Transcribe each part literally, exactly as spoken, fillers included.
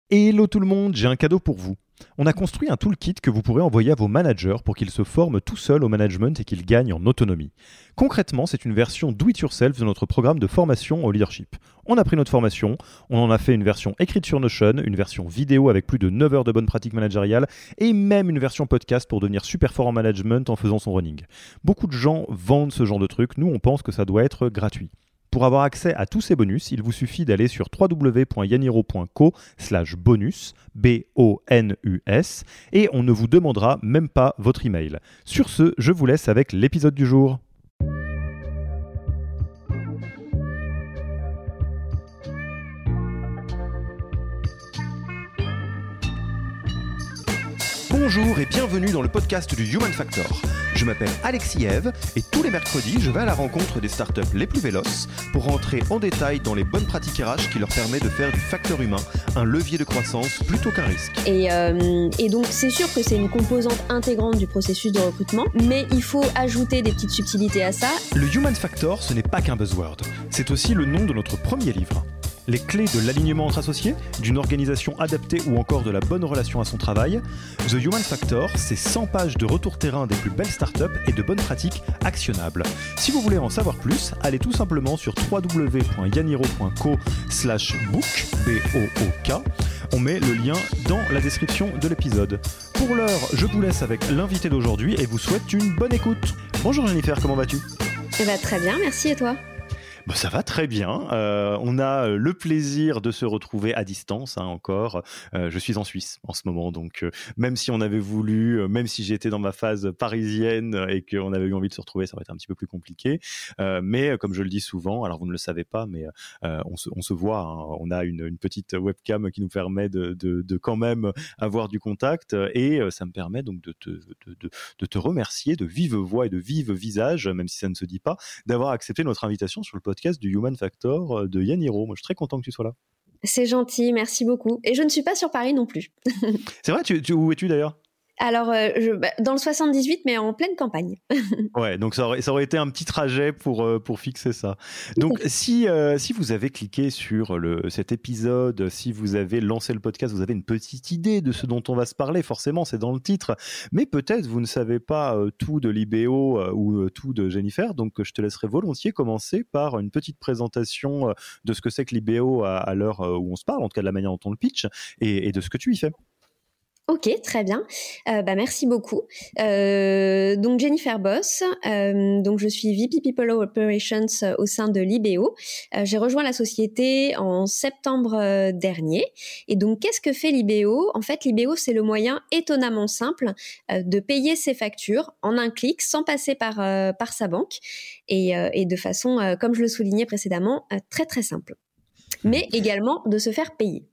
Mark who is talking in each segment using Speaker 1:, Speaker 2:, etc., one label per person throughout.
Speaker 1: Hello tout le monde, j'ai un cadeau pour vous. On a construit un toolkit que vous pourrez envoyer à vos managers pour qu'ils se forment tout seuls au management et qu'ils gagnent en autonomie. Concrètement, c'est une version do-it-yourself de notre programme de formation au leadership. On a pris notre formation, on en a fait une version écrite sur Notion, une version vidéo avec plus de neuf heures de bonnes pratiques managériales et même une version podcast pour devenir super fort en management en faisant son running. Beaucoup de gens vendent ce genre de truc, nous on pense que ça doit être gratuit. Pour avoir accès à tous ces bonus, il vous suffit d'aller sur w w w point yaniro point co slash bonus, B O N U S, et on ne vous demandera même pas votre email. Sur ce, je vous laisse avec l'épisode du jour. Bonjour et bienvenue dans le podcast du Human Factor. Je m'appelle Alexis Eve et tous les mercredis, je vais à la rencontre des startups les plus véloces pour rentrer en détail dans les bonnes pratiques R H qui leur permettent de faire du facteur humain un levier de croissance plutôt qu'un risque.
Speaker 2: Et, euh, et donc, c'est sûr que c'est une composante intégrante du processus de recrutement, mais il faut ajouter des petites subtilités à ça.
Speaker 1: Le Human Factor, ce n'est pas qu'un buzzword. C'est aussi le nom de notre premier livre. Les clés de l'alignement entre associés, d'une organisation adaptée ou encore de la bonne relation à son travail. The Human Factor, c'est cent pages de retour terrain des plus belles startups et de bonnes pratiques actionnables. Si vous voulez en savoir plus, allez tout simplement sur w w w point yaniro point co slash book, B O O K. On met le lien dans la description de l'épisode. Pour l'heure, je vous laisse avec l'invité d'aujourd'hui et vous souhaite une bonne écoute. Bonjour Jennifer, comment vas-tu ?
Speaker 2: Eh ben, très bien, merci, et toi ?
Speaker 1: Bah, ça va très bien. Euh, on a le plaisir de se retrouver à distance hein, encore. Euh, je suis en Suisse en ce moment, donc euh, même si on avait voulu, euh, même si j'étais dans ma phase parisienne et qu'on avait eu envie de se retrouver, ça aurait été un petit peu plus compliqué. Euh, mais comme je le dis souvent, alors vous ne le savez pas, mais euh, on, se, on se voit. Hein, on a une, une petite webcam qui nous permet de, de, de quand même avoir du contact et euh, ça me permet donc de te, de, de, de te remercier de vive voix et de vive visage, même si ça ne se dit pas, d'avoir accepté notre invitation sur le podcast du Human Factor de Yaniro. Moi, je suis très content que tu sois là.
Speaker 2: C'est gentil, merci beaucoup. Et je ne suis pas sur Paris non plus.
Speaker 1: C'est vrai, tu, tu, où es-tu d'ailleurs ?
Speaker 2: Alors, euh, je, bah, dans le soixante-dix-huit, mais en pleine campagne.
Speaker 1: Ouais, donc ça aurait, ça aurait été un petit trajet pour, euh, pour fixer ça. Donc, si, euh, si vous avez cliqué sur le, cet épisode, si vous avez lancé le podcast, vous avez une petite idée de ce dont on va se parler, forcément, c'est dans le titre. Mais peut-être vous ne savez pas euh, tout de l'I B O euh, ou euh, tout de Jennifer, donc je te laisserai volontiers commencer par une petite présentation euh, de ce que c'est que l'I B O à, à l'heure où on se parle, en tout cas de la manière dont on le pitch, et, et de ce que tu y fais.
Speaker 2: Ok, très bien. Euh, bah merci beaucoup. Euh, donc Jennifer Boss, euh, donc je suis V P People Operations au sein de l'I B O. Euh, j'ai rejoint la société en septembre euh, dernier. Et donc qu'est-ce que fait l'I B O ? En fait, l'I B O c'est le moyen étonnamment simple euh, de payer ses factures en un clic, sans passer par euh, par sa banque et, euh, et de façon, euh, comme je le soulignais précédemment, euh, très très simple. Mais également de se faire payer.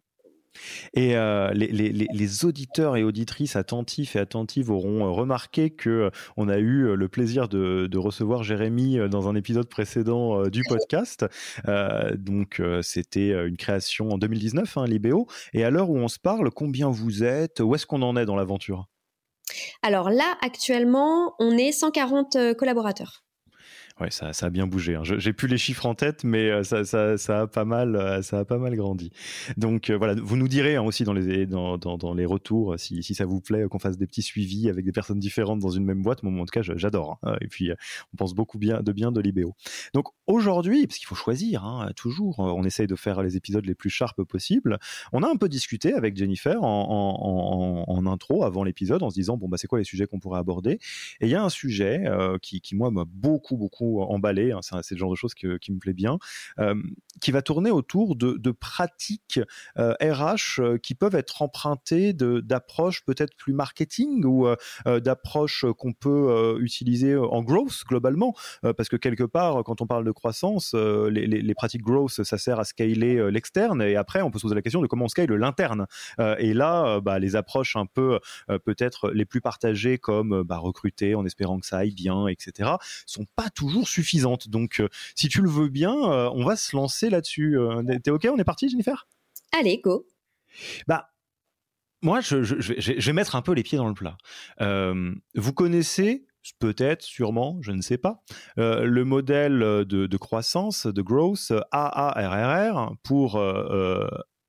Speaker 1: Et euh, les, les, les auditeurs et auditrices attentifs et attentives auront remarqué que on a eu le plaisir de, de recevoir Jérémy dans un épisode précédent du podcast. Euh, donc euh, c'était une création en deux mille dix-neuf, hein, l'I B O. Et à l'heure où on se parle, combien vous êtes ? Où est-ce qu'on en est dans l'aventure ?
Speaker 2: Alors là, actuellement, on est cent quarante collaborateurs.
Speaker 1: Ouais, ça, ça a bien bougé. Hein. Je, j'ai plus les chiffres en tête, mais ça, ça, ça a pas mal, ça a pas mal grandi. Donc euh, voilà, vous nous direz hein, aussi dans les dans, dans, dans les retours si, si ça vous plaît qu'on fasse des petits suivis avec des personnes différentes dans une même boîte. Moi, en tout cas, j'adore. Hein. Et puis, on pense beaucoup bien de bien de l'I B O. Donc aujourd'hui, parce qu'il faut choisir, hein, toujours, on essaye de faire les épisodes les plus sharp possibles. On a un peu discuté avec Jennifer en, en, en, en intro avant l'épisode, en se disant bon bah c'est quoi les sujets qu'on pourrait aborder. Et il y a un sujet euh, qui, qui moi m'a beaucoup beaucoup emballé, hein, c'est, c'est le genre de choses que, qui me plaît bien, euh, qui va tourner autour de, de pratiques euh, R H euh, qui peuvent être empruntées de, d'approches peut-être plus marketing ou euh, d'approches qu'on peut euh, utiliser en growth globalement, euh, parce que quelque part, quand on parle de croissance, euh, les, les, les pratiques growth, ça sert à scaler euh, l'externe, et après, on peut se poser la question de comment on scale l'interne. Euh, et là, euh, bah, les approches un peu euh, peut-être les plus partagées, comme bah, recruter en espérant que ça aille bien, et cetera, sont pas toujours suffisante. Donc, euh, si tu le veux bien, euh, on va se lancer là-dessus. Euh, t'es OK ? On est parti, Jennifer ?
Speaker 2: Allez, go.
Speaker 1: Bah, moi, je, je, je, je vais mettre un peu les pieds dans le plat. Euh, vous connaissez peut-être, sûrement, je ne sais pas, euh, le modèle de, de croissance, de growth, A A R R R, pour euh,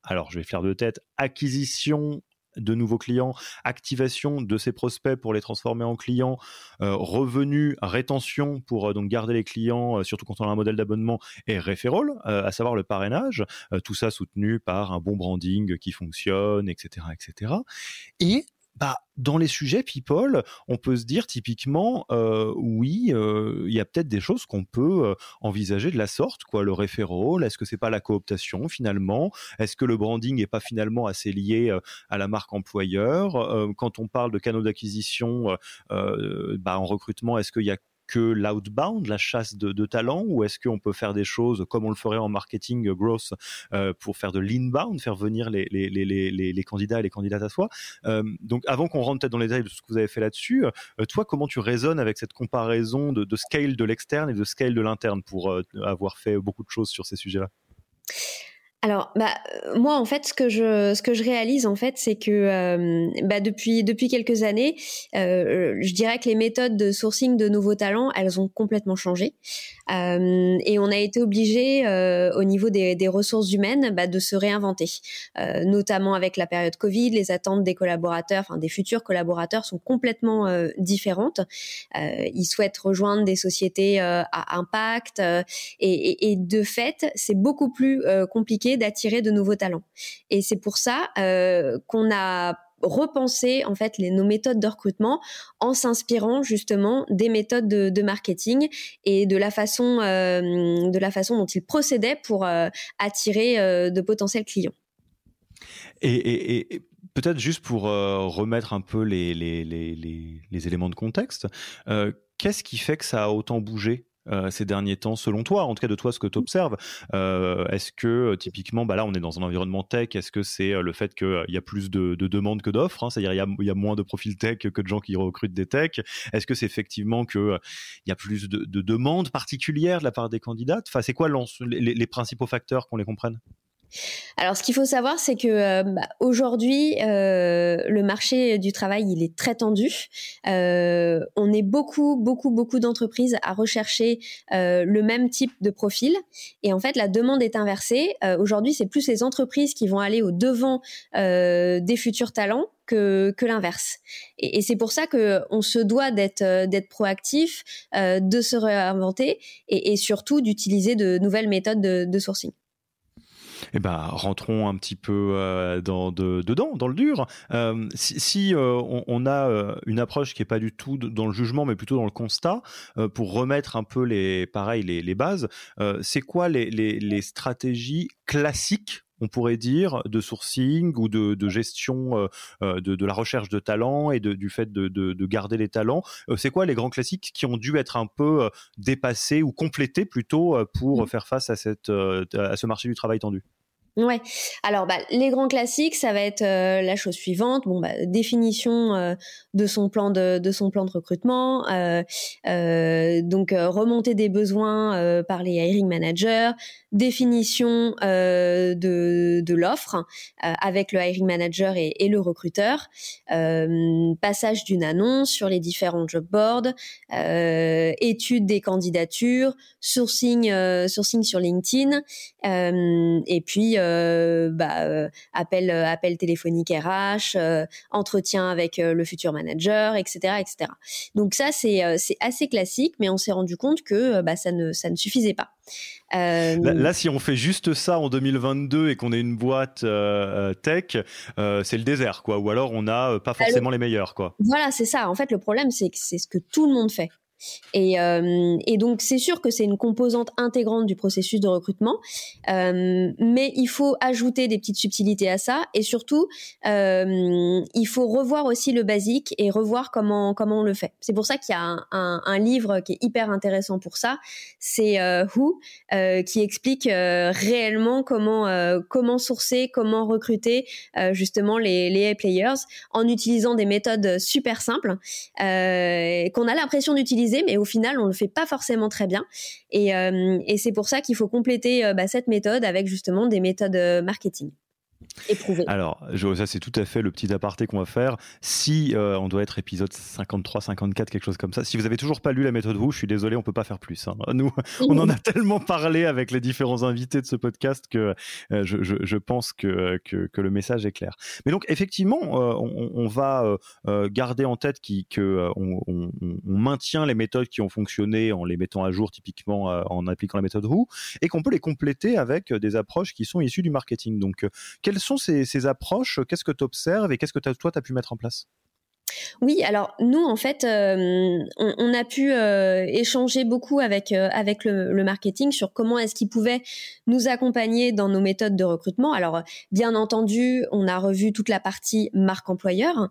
Speaker 1: alors je vais faire de tête, acquisition de nouveaux clients, activation de ces prospects pour les transformer en clients, euh, revenus, rétention pour euh, donc garder les clients, euh, surtout quand on a un modèle d'abonnement, et referral, euh, à savoir le parrainage, euh, tout ça soutenu par un bon branding qui fonctionne, et cetera, et cetera. Et bah, dans les sujets people, on peut se dire typiquement, euh, oui, euh, il y a peut-être des choses qu'on peut euh, envisager de la sorte, quoi. Le referral, est-ce que c'est pas la cooptation finalement? Est-ce que le branding est pas finalement assez lié euh, à la marque employeur? euh, Quand on parle de canaux d'acquisition, euh, euh, bah, en recrutement, est-ce qu'il y a que l'outbound, la chasse de, de talents, ou est-ce qu'on peut faire des choses comme on le ferait en marketing growth euh, pour faire de l'inbound, faire venir les, les, les, les, les candidats et les candidates à soi. Euh, donc avant qu'on rentre peut-être dans les détails de ce que vous avez fait là-dessus, euh, toi, comment tu raisonnes avec cette comparaison de, de scale de l'externe et de scale de l'interne pour euh, avoir fait beaucoup de choses sur ces sujets-là?
Speaker 2: Alors, bah, moi, en fait, ce que je, ce que je réalise, en fait, c'est que euh, bah, depuis, depuis quelques années, euh, je dirais que les méthodes de sourcing de nouveaux talents, elles ont complètement changé. Euh, et on a été obligé, euh, au niveau des, des ressources humaines, bah, de se réinventer. Euh, notamment avec la période Covid, les attentes des collaborateurs, enfin des futurs collaborateurs, sont complètement euh, différentes. Euh, ils souhaitent rejoindre des sociétés euh, à impact, euh, et, et, et de fait, c'est beaucoup plus euh, compliqué d'attirer de nouveaux talents. Et c'est pour ça euh, qu'on a repensé en fait les, nos méthodes de recrutement en s'inspirant justement des méthodes de, de marketing et de la façon euh, de la façon dont ils procédaient pour euh, attirer euh, de potentiels clients.
Speaker 1: Et, et, et peut-être juste pour euh, remettre un peu les, les, les, les, les éléments de contexte, euh, qu'est-ce qui fait que ça a autant bougé Euh, ces derniers temps, selon toi, en tout cas de toi, ce que tu observes? euh, Est-ce que euh, typiquement, bah là, on est dans un environnement tech, est-ce que c'est euh, le fait qu'il euh, y a plus de, de demandes que d'offres, hein, c'est-à-dire il y a, il y a moins de profils tech que de gens qui recrutent des techs? Est-ce que c'est effectivement qu'il euh, y a plus de, de demandes particulières de la part des candidats? Enfin, c'est quoi les, les principaux facteurs, qu'on les comprenne?
Speaker 2: Alors, ce qu'il faut savoir, c'est que euh, bah, aujourd'hui, euh, le marché du travail, il est très tendu. Euh, on est beaucoup, beaucoup, beaucoup d'entreprises à rechercher euh, le même type de profil. Et en fait, la demande est inversée. Euh, aujourd'hui, c'est plus les entreprises qui vont aller au devant euh, des futurs talents que, que l'inverse. Et, et c'est pour ça que on se doit d'être, euh, d'être proactif, euh, de se réinventer et, et surtout d'utiliser de nouvelles méthodes de, de sourcing.
Speaker 1: Eh ben, rentrons un petit peu euh, dans, de, dedans, dans le dur. Euh, si si euh, on, on a euh, une approche qui n'est pas du tout dans le jugement, mais plutôt dans le constat, euh, pour remettre un peu les, pareil, les, les bases, euh, c'est quoi les, les, les stratégies classiques, on pourrait dire, de sourcing ou de, de gestion euh, de, de la recherche de talents et de, du fait de, de, de garder les talents? euh, C'est quoi les grands classiques qui ont dû être un peu euh, dépassés ou complétés plutôt euh, pour mmh. faire face à, cette, euh, à ce marché du travail tendu?
Speaker 2: Ouais. Alors, bah, les grands classiques, ça va être euh, la chose suivante. Bon, bah, définition euh, de son plan de, de son plan de recrutement. Euh, euh, donc, euh, remontée des besoins euh, par les hiring managers. Définition euh, de, de l'offre euh, avec le hiring manager et, et le recruteur. Euh, passage d'une annonce sur les différents job boards. Euh, étude des candidatures. Sourcing, euh, sourcing sur LinkedIn. Euh, et puis Euh, bah, euh, appel, euh, appel téléphonique R H, euh, entretien avec euh, le futur manager, et cetera, et cetera. Donc ça, c'est, euh, c'est assez classique, mais on s'est rendu compte que euh, bah, ça ne, ça ne suffisait pas.
Speaker 1: Euh... Là, là, si on fait juste ça en deux mille vingt-deux et qu'on est une boîte euh, tech, euh, c'est le désert, quoi. Ou alors on n'a pas forcément alors, les meilleurs, quoi.
Speaker 2: Voilà, c'est ça. En fait, le problème, c'est que c'est ce que tout le monde fait. Et, euh, et donc, c'est sûr que c'est une composante intégrante du processus de recrutement, euh, mais il faut ajouter des petites subtilités à ça, et surtout, euh, il faut revoir aussi le basique et revoir comment comment on le fait. C'est pour ça qu'il y a un, un, un livre qui est hyper intéressant pour ça, c'est euh, Who, euh, qui explique euh, réellement comment euh, comment sourcer, comment recruter euh, justement les les A players en utilisant des méthodes super simples euh, qu'on a l'impression d'utiliser, mais au final, on le fait pas forcément très bien. Et, euh, et c'est pour ça qu'il faut compléter euh, bah, cette méthode avec justement des méthodes euh, marketing. éprouvé.
Speaker 1: Alors, je, ça c'est tout à fait le petit aparté qu'on va faire. Si euh, on doit être épisode cinquante-trois, cinquante-quatre, quelque chose comme ça, si vous avez toujours pas lu la méthode Who, je suis désolé, on peut pas faire plus. Hein. Nous, on en a tellement parlé avec les différents invités de ce podcast que euh, je, je, je pense que, que, que le message est clair. Mais donc, effectivement, euh, on, on va euh, garder en tête qu'on que, on, on, on maintient les méthodes qui ont fonctionné en les mettant à jour, typiquement euh, en appliquant la méthode Who, et qu'on peut les compléter avec des approches qui sont issues du marketing. Donc, euh, quelles sont ces, ces approches? Qu'est-ce que tu observes et qu'est-ce que toi, tu as pu mettre en place?
Speaker 2: Oui, alors nous en fait, euh, on, on a pu euh, échanger beaucoup avec euh, avec le, le marketing sur comment est-ce qu'ils pouvaient nous accompagner dans nos méthodes de recrutement. Alors bien entendu, on a revu toute la partie marque employeur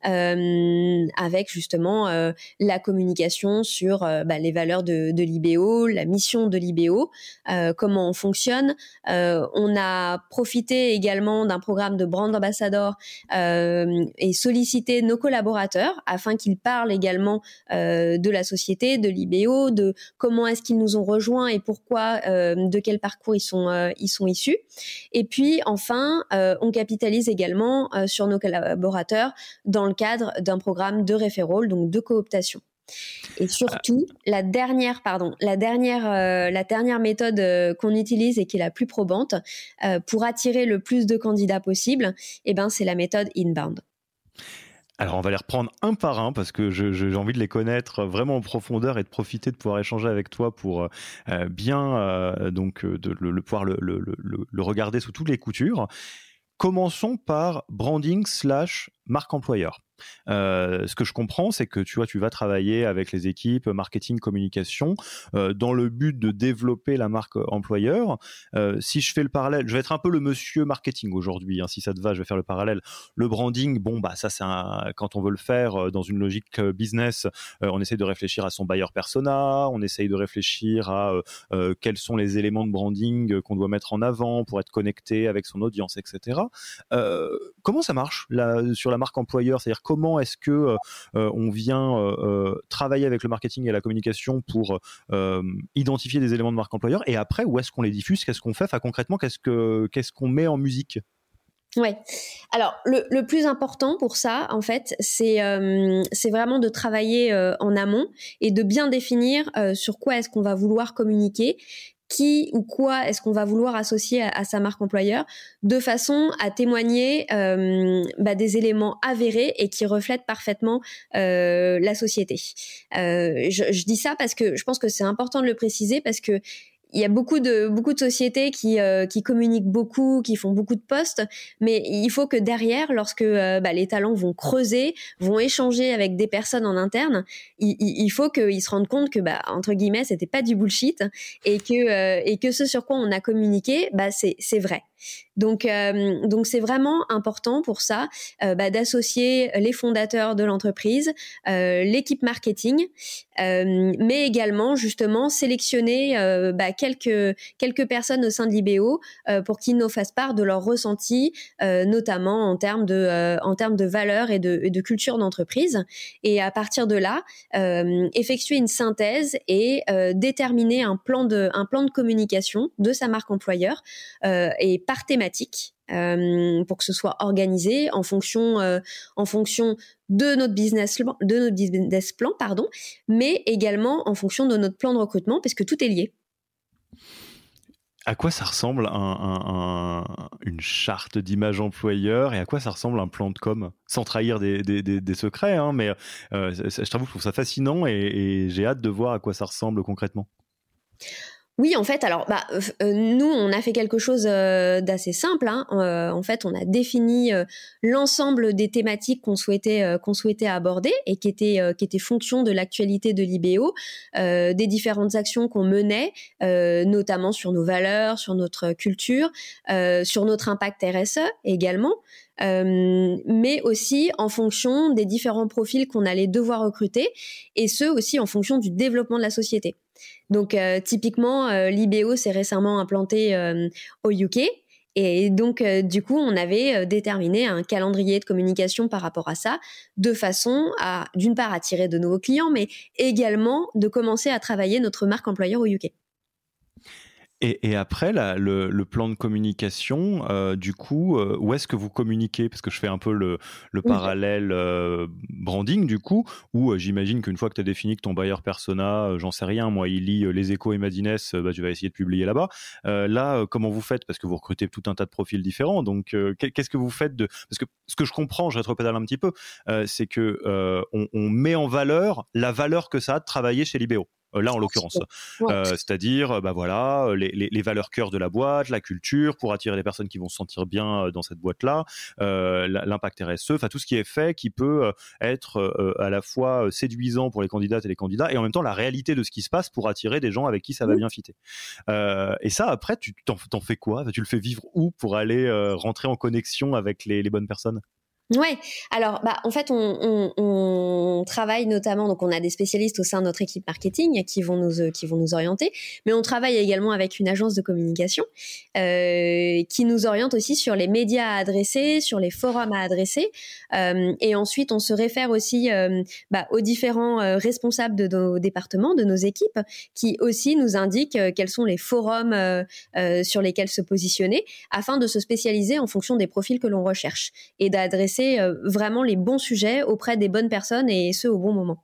Speaker 2: euh, avec justement euh, la communication sur euh, bah, les valeurs de, de l'I B O, la mission de l'I B O, euh, comment on fonctionne. Euh, on a profité également d'un programme de brand ambassador euh, et sollicité nos collaborateurs afin qu'ils parlent également euh, de la société, de l'I B O, de comment est-ce qu'ils nous ont rejoints et pourquoi, euh, de quel parcours ils sont euh, ils sont issus. Et puis enfin, euh, on capitalise également euh, sur nos collaborateurs dans le cadre d'un programme de referral, donc de cooptation. Et surtout, la dernière, pardon, la dernière, euh, la dernière méthode euh, qu'on utilise et qui est la plus probante euh, pour attirer le plus de candidats possible, eh ben c'est la méthode inbound.
Speaker 1: Alors, on va les reprendre un par un parce que je, je, j'ai envie de les connaître vraiment en profondeur et de profiter de pouvoir échanger avec toi pour euh, bien euh, donc de, de, de pouvoir le, le, le, le regarder sous toutes les coutures. Commençons par branding slash marque employeur. Euh, ce que je comprends, c'est que tu vois, tu vas travailler avec les équipes marketing, communication, euh, dans le but de développer la marque employeur. Euh, si je fais le parallèle, je vais être un peu le monsieur marketing aujourd'hui, hein, si ça te va, je vais faire le parallèle. Le branding, bon bah ça c'est un, quand on veut le faire dans une logique business, euh, on essaye de réfléchir à son buyer persona, on essaye de réfléchir à euh, euh, quels sont les éléments de branding qu'on doit mettre en avant pour être connecté avec son audience, et cetera. Euh, comment ça marche là, sur la marque employeur, c'est-à-dire comment est-ce que euh, on vient euh, travailler avec le marketing et la communication pour euh, identifier des éléments de marque employeur, et après où est-ce qu'on les diffuse, qu'est-ce qu'on fait, enfin concrètement qu'est-ce que qu'est-ce qu'on met en musique?
Speaker 2: Ouais. Alors le, le plus important pour ça, en fait, c'est euh, c'est vraiment de travailler euh, en amont et de bien définir euh, sur quoi est-ce qu'on va vouloir communiquer, qui ou quoi est-ce qu'on va vouloir associer à, à sa marque employeur, de façon à témoigner euh, bah, des éléments avérés et qui reflètent parfaitement euh, la société. Euh, je, je dis ça parce que je pense que c'est important de le préciser, parce que il y a beaucoup de beaucoup de sociétés qui euh, qui communiquent beaucoup, qui font beaucoup de posts, mais il faut que derrière, lorsque euh, bah, les talents vont creuser, vont échanger avec des personnes en interne, il, il faut qu'ils se rendent compte que bah entre guillemets c'était pas du bullshit et que euh, et que ce sur quoi on a communiqué, bah c'est c'est vrai. Donc, euh, donc c'est vraiment important pour ça euh, bah, d'associer les fondateurs de l'entreprise, euh, l'équipe marketing, euh, mais également justement sélectionner euh, bah, quelques quelques personnes au sein de l'I B O euh, pour qu'ils nous fassent part de leurs ressentis, euh, notamment en termes de euh, en termes de valeurs et de, et de culture d'entreprise. Et à partir de là, euh, effectuer une synthèse et euh, déterminer un plan de un plan de communication de sa marque employeur euh, et par thématique euh, pour que ce soit organisé en fonction euh, en fonction de notre business de notre business plan pardon, mais également en fonction de notre plan de recrutement, parce que tout est lié.
Speaker 1: À quoi ça ressemble un, un, un, une charte d'image employeur, et à quoi ça ressemble un plan de com, sans trahir des, des, des, des secrets, hein, mais euh, je t'avoue, je trouve ça fascinant et, et j'ai hâte de voir à quoi ça ressemble concrètement.
Speaker 2: Oui, en fait, alors bah euh, nous on a fait quelque chose euh, d'assez simple. Hein. Euh, en fait, on a défini euh, l'ensemble des thématiques qu'on souhaitait euh, qu'on souhaitait aborder et qui étaient euh, qui étaient fonction de l'actualité de l'I B O, euh, des différentes actions qu'on menait, euh, notamment sur nos valeurs, sur notre culture, euh, sur notre impact R S E également. Euh, mais aussi en fonction des différents profils qu'on allait devoir recruter, et ce aussi en fonction du développement de la société. Donc euh, typiquement, euh, l'I B O s'est récemment implanté euh, au U K, et donc euh, du coup on avait euh, déterminé un calendrier de communication par rapport à ça, de façon à d'une part attirer de nouveaux clients, mais également de commencer à travailler notre marque employeur au U K.
Speaker 1: Et, et après, là, le, le plan de communication, euh, du coup, euh, où est-ce que vous communiquez? Parce que je fais un peu le, le
Speaker 2: Oui.
Speaker 1: parallèle euh, branding, du coup, où euh, j'imagine qu'une fois que tu as défini que ton buyer persona, euh, j'en sais rien, moi, il lit euh, Les Échos et Madines, euh, bah, tu vas essayer de publier là-bas. Euh, là, euh, comment vous faites? Parce que vous recrutez tout un tas de profils différents. Donc, euh, qu'est-ce que vous faites de... Parce que ce que je comprends, je rétropédale un petit peu, euh, c'est que euh, on, on met en valeur la valeur que ça a de travailler chez Libéo. Là, en l'occurrence,
Speaker 2: Ouais.
Speaker 1: euh, c'est-à-dire, bah voilà, les, les, les valeurs cœur de la boîte, la culture, pour attirer les personnes qui vont se sentir bien dans cette boîte-là, euh, l'impact R S E, enfin tout ce qui est fait, qui peut être euh, à la fois séduisant pour les candidates et les candidats, et en même temps la réalité de ce qui se passe pour attirer des gens avec qui ça va bien fitter. Euh, et ça, après, tu t'en, t'en fais quoi? Tu le fais vivre où pour aller euh, rentrer en connexion avec les, les bonnes personnes?
Speaker 2: Ouais, alors bah en fait on, on, on travaille notamment, donc on a des spécialistes au sein de notre équipe marketing qui vont nous euh, qui vont nous orienter, mais on travaille également avec une agence de communication euh, qui nous oriente aussi sur les médias à adresser, sur les forums à adresser, euh, et ensuite on se réfère aussi euh, bah, aux différents euh, responsables de nos départements, de nos équipes, qui aussi nous indiquent euh, quels sont les forums euh, euh, sur lesquels se positionner, afin de se spécialiser en fonction des profils que l'on recherche et d'adresser vraiment les bons sujets auprès des bonnes personnes et ce au bon moment.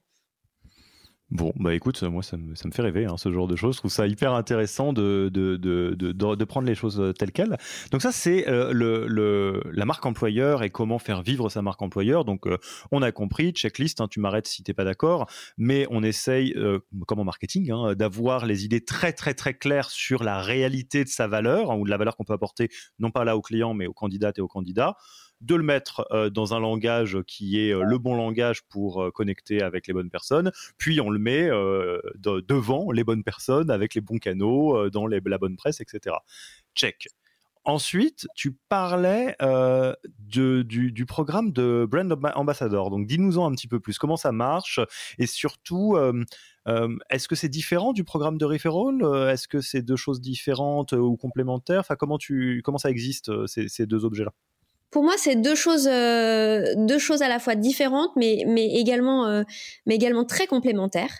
Speaker 1: Bon, bah écoute, moi ça me, ça me fait rêver, hein, ce genre de choses. Je trouve ça hyper intéressant de, de, de, de, de prendre les choses telles quelles. Donc ça, c'est euh, le, le, la marque employeur et comment faire vivre sa marque employeur. Donc euh, on a compris, checklist, hein, tu m'arrêtes si t'es pas d'accord, mais on essaye, euh, comme en marketing, hein, d'avoir les idées très très très claires sur la réalité de sa valeur, hein, ou de la valeur qu'on peut apporter, non pas là aux clients, mais aux candidates et aux candidats, de le mettre euh, dans un langage qui est euh, le bon langage pour euh, connecter avec les bonnes personnes, puis on le met euh, de, devant les bonnes personnes avec les bons canaux, euh, dans les, la bonne presse, et cetera. Check. Ensuite, tu parlais euh, de, du, du programme de Brand Ambassador. Donc, dis-nous-en un petit peu plus. Comment ça marche? Et surtout, euh, euh, est-ce que c'est différent du programme de referral? Est-ce que c'est deux choses différentes ou complémentaires? Enfin, comment, tu, comment ça existe, ces, ces deux objets-là?
Speaker 2: Pour moi, c'est deux choses, euh, deux choses à la fois différentes, mais mais également, euh, mais également très complémentaires.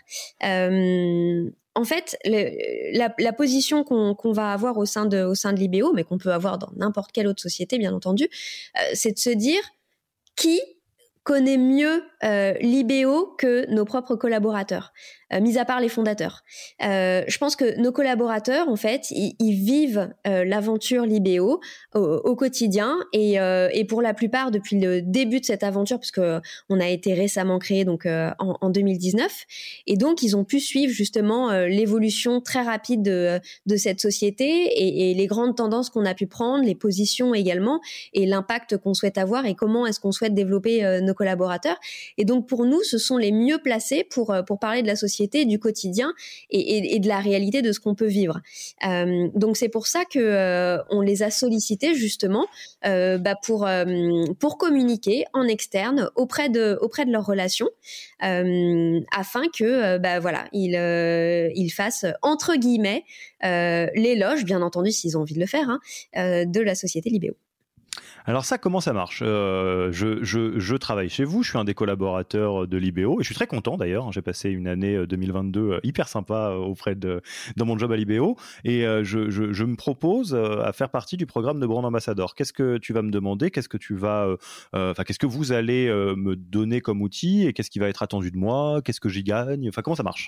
Speaker 2: Euh, en fait, le, la, la position qu'on, qu'on va avoir au sein de, au sein de Libéo, mais qu'on peut avoir dans n'importe quelle autre société, bien entendu, euh, c'est de se dire qui connaît mieux euh, Libéo que nos propres collaborateurs, euh, mis à part les fondateurs. Euh, je pense que nos collaborateurs, en fait, ils, ils vivent euh, l'aventure Libéo au, au quotidien et, euh, et pour la plupart depuis le début de cette aventure, puisque on a été récemment créé donc euh, en, en deux mille dix-neuf, et donc ils ont pu suivre justement euh, l'évolution très rapide de, de cette société et, et les grandes tendances qu'on a pu prendre, les positions également et l'impact qu'on souhaite avoir et comment est-ce qu'on souhaite développer euh, nos collaborateurs. Et donc pour nous, ce sont les mieux placés pour pour parler de la société, du quotidien et, et, et de la réalité de ce qu'on peut vivre. Euh, donc c'est pour ça que euh, on les a sollicités justement euh, bah pour euh, pour communiquer en externe auprès de auprès de leurs relations euh, afin que euh, bah voilà ils euh, ils fassent entre guillemets euh, l'éloge, bien entendu s'ils ont envie de le faire, hein, euh, de la société Libéo.
Speaker 1: Alors ça, comment ça marche? euh, je, je, je travaille chez vous, je suis un des collaborateurs de Libéo et je suis très content d'ailleurs. J'ai passé une année deux mille vingt-deux hyper sympa auprès de dans mon job à Libéo et je, je, je me propose à faire partie du programme de Brand Ambassador. Qu'est-ce que tu vas me demander? Qu'est-ce que tu vas, euh, enfin qu'est-ce que vous allez me donner comme outil et qu'est-ce qui va être attendu de moi? Qu'est-ce que j'y gagne? Enfin comment ça marche?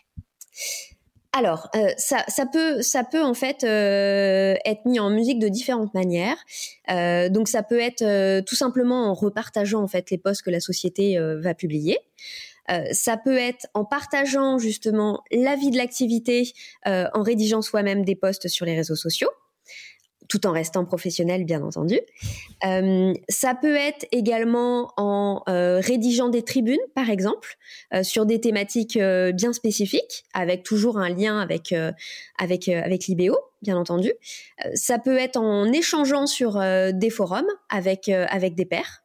Speaker 2: Alors, euh, ça, ça peut, ça peut en fait euh, être mis en musique de différentes manières. Euh, donc, ça peut être euh, tout simplement en repartageant en fait les posts que la société euh, va publier. Euh, ça peut être en partageant justement l'avis de l'activité, euh, en rédigeant soi-même des posts sur les réseaux sociaux, tout en restant professionnel, bien entendu. Euh, ça peut être également en euh, rédigeant des tribunes, par exemple, euh, sur des thématiques euh, bien spécifiques, avec toujours un lien avec euh, avec euh, avec Libéo, bien entendu. Euh, ça peut être en échangeant sur euh, des forums avec euh, avec des pairs.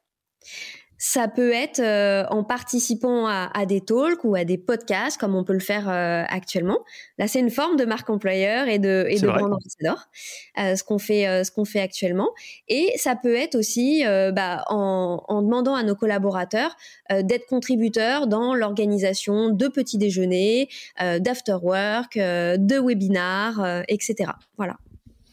Speaker 2: Ça peut être euh, en participant à, à des talks ou à des podcasts, comme on peut le faire euh, actuellement. Là, c'est une forme de marque employeur et de, et de brand ambassador, euh, ce qu'on fait, euh, ce qu'on fait actuellement. Et ça peut être aussi euh, bah, en, en demandant à nos collaborateurs euh, d'être contributeurs dans l'organisation de petits déjeuners, euh, d'after work, euh, de webinars, euh, et cetera. Voilà.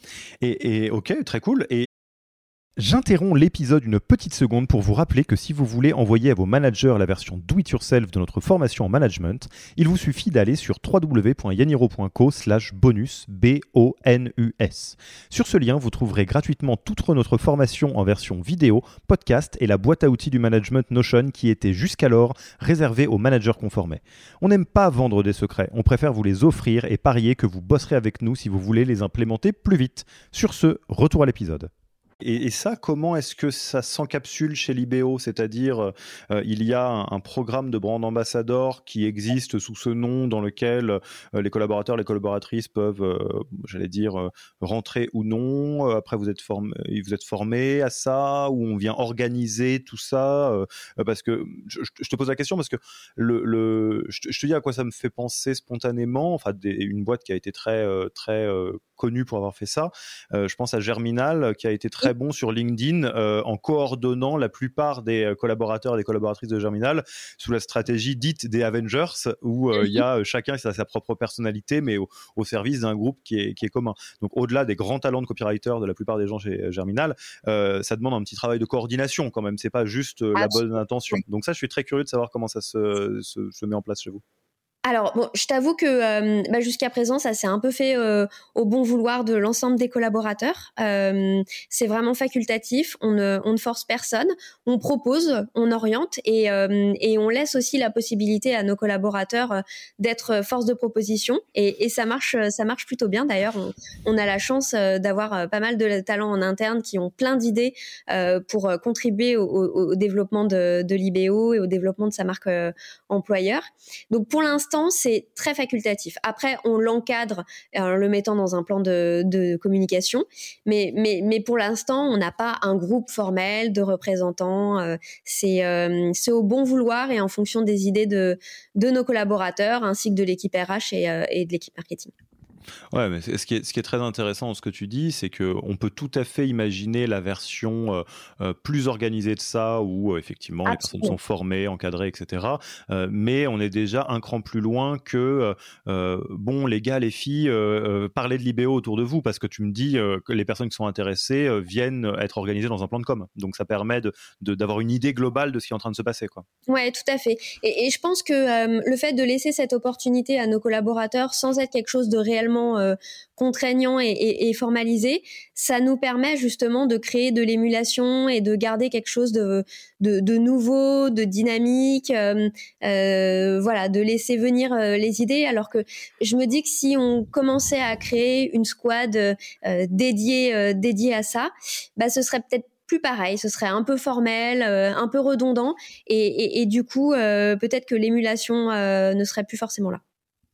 Speaker 1: Et, et ok, très cool. Et j'interromps l'épisode une petite seconde pour vous rappeler que si vous voulez envoyer à vos managers la version do-it-yourself de notre formation en management, il vous suffit d'aller sur w w w point yaniro point co slash bonus, B O N U S. Sur ce lien, vous trouverez gratuitement toute notre formation en version vidéo, podcast et la boîte à outils du management Notion qui était jusqu'alors réservée aux managers qu'on formait. On n'aime pas vendre des secrets, on préfère vous les offrir et parier que vous bosserez avec nous si vous voulez les implémenter plus vite. Sur ce, retour à l'épisode. Et, et ça, comment est-ce que ça s'encapsule chez Libéo ? C'est-à-dire, euh, il y a un, un programme de brand ambassador qui existe sous ce nom dans lequel euh, les collaborateurs, les collaboratrices peuvent, euh, j'allais dire, euh, rentrer ou non. Après, vous êtes, formé, vous êtes formé à ça, ou on vient organiser tout ça euh, Parce que je, je te pose la question parce que le, le, je, te, je te dis à quoi ça me fait penser spontanément. Enfin, des, une boîte qui a été très, euh, très euh, connue pour avoir fait ça. Euh, je pense à Germinal, qui a été très bon sur LinkedIn euh, en coordonnant la plupart des collaborateurs et des collaboratrices de Germinal sous la stratégie dite des Avengers, où il euh, y a chacun qui a sa propre personnalité, mais au, au service d'un groupe qui est, qui est commun. Donc au-delà des grands talents de copywriter de la plupart des gens chez Germinal, euh, ça demande un petit travail de coordination quand même, c'est pas juste euh, la bonne intention. Donc ça, je suis très curieux de savoir comment ça se, se, se met en place chez vous.
Speaker 2: Alors, bon, je t'avoue que euh, bah, jusqu'à présent, ça s'est un peu fait euh, au bon vouloir de l'ensemble des collaborateurs. Euh, c'est vraiment facultatif, on ne, on ne force personne, on propose, on oriente et, euh, et on laisse aussi la possibilité à nos collaborateurs euh, d'être force de proposition. Et, et ça marche, ça marche plutôt bien. D'ailleurs, on, on a la chance euh, d'avoir euh, pas mal de talents en interne qui ont plein d'idées euh, pour euh, contribuer au, au, au développement de, de Libéo et au développement de sa marque euh, employeur. Donc, pour l'instant, c'est très facultatif. Après, on l'encadre en le mettant dans un plan de, de communication, mais, mais, mais pour l'instant, on n'a pas un groupe formel de représentants. Euh, c'est, euh, c'est au bon vouloir et en fonction des idées de, de nos collaborateurs ainsi que de l'équipe R H et, euh, et de l'équipe marketing.
Speaker 1: Ouais, mais ce qui est, ce qui est très intéressant dans ce que tu dis, c'est qu'on peut tout à fait imaginer la version euh, euh, plus organisée de ça, où euh, effectivement Absolument. Les personnes sont formées, encadrées, et cetera. Euh, mais on est déjà un cran plus loin que, euh, bon, les gars, les filles, euh, euh, parlez de Libéo autour de vous, parce que tu me dis euh, que les personnes qui sont intéressées euh, viennent être organisées dans un plan de com. Donc ça permet de, de, d'avoir une idée globale de ce qui est en train de se passer, quoi.
Speaker 2: Ouais, tout à fait. Et, et je pense que euh, le fait de laisser cette opportunité à nos collaborateurs sans être quelque chose de réellement Euh, contraignant et, et, et formalisé, ça nous permet justement de créer de l'émulation et de garder quelque chose de, de, de nouveau, de dynamique, euh, euh, voilà, de laisser venir euh, les idées. Alors que je me dis que si on commençait à créer une squad euh, dédiée, euh, dédiée à ça, bah, ce serait peut-être plus pareil, ce serait un peu formel, euh, un peu redondant et, et, et du coup, euh, peut-être que l'émulation euh, ne serait plus forcément là.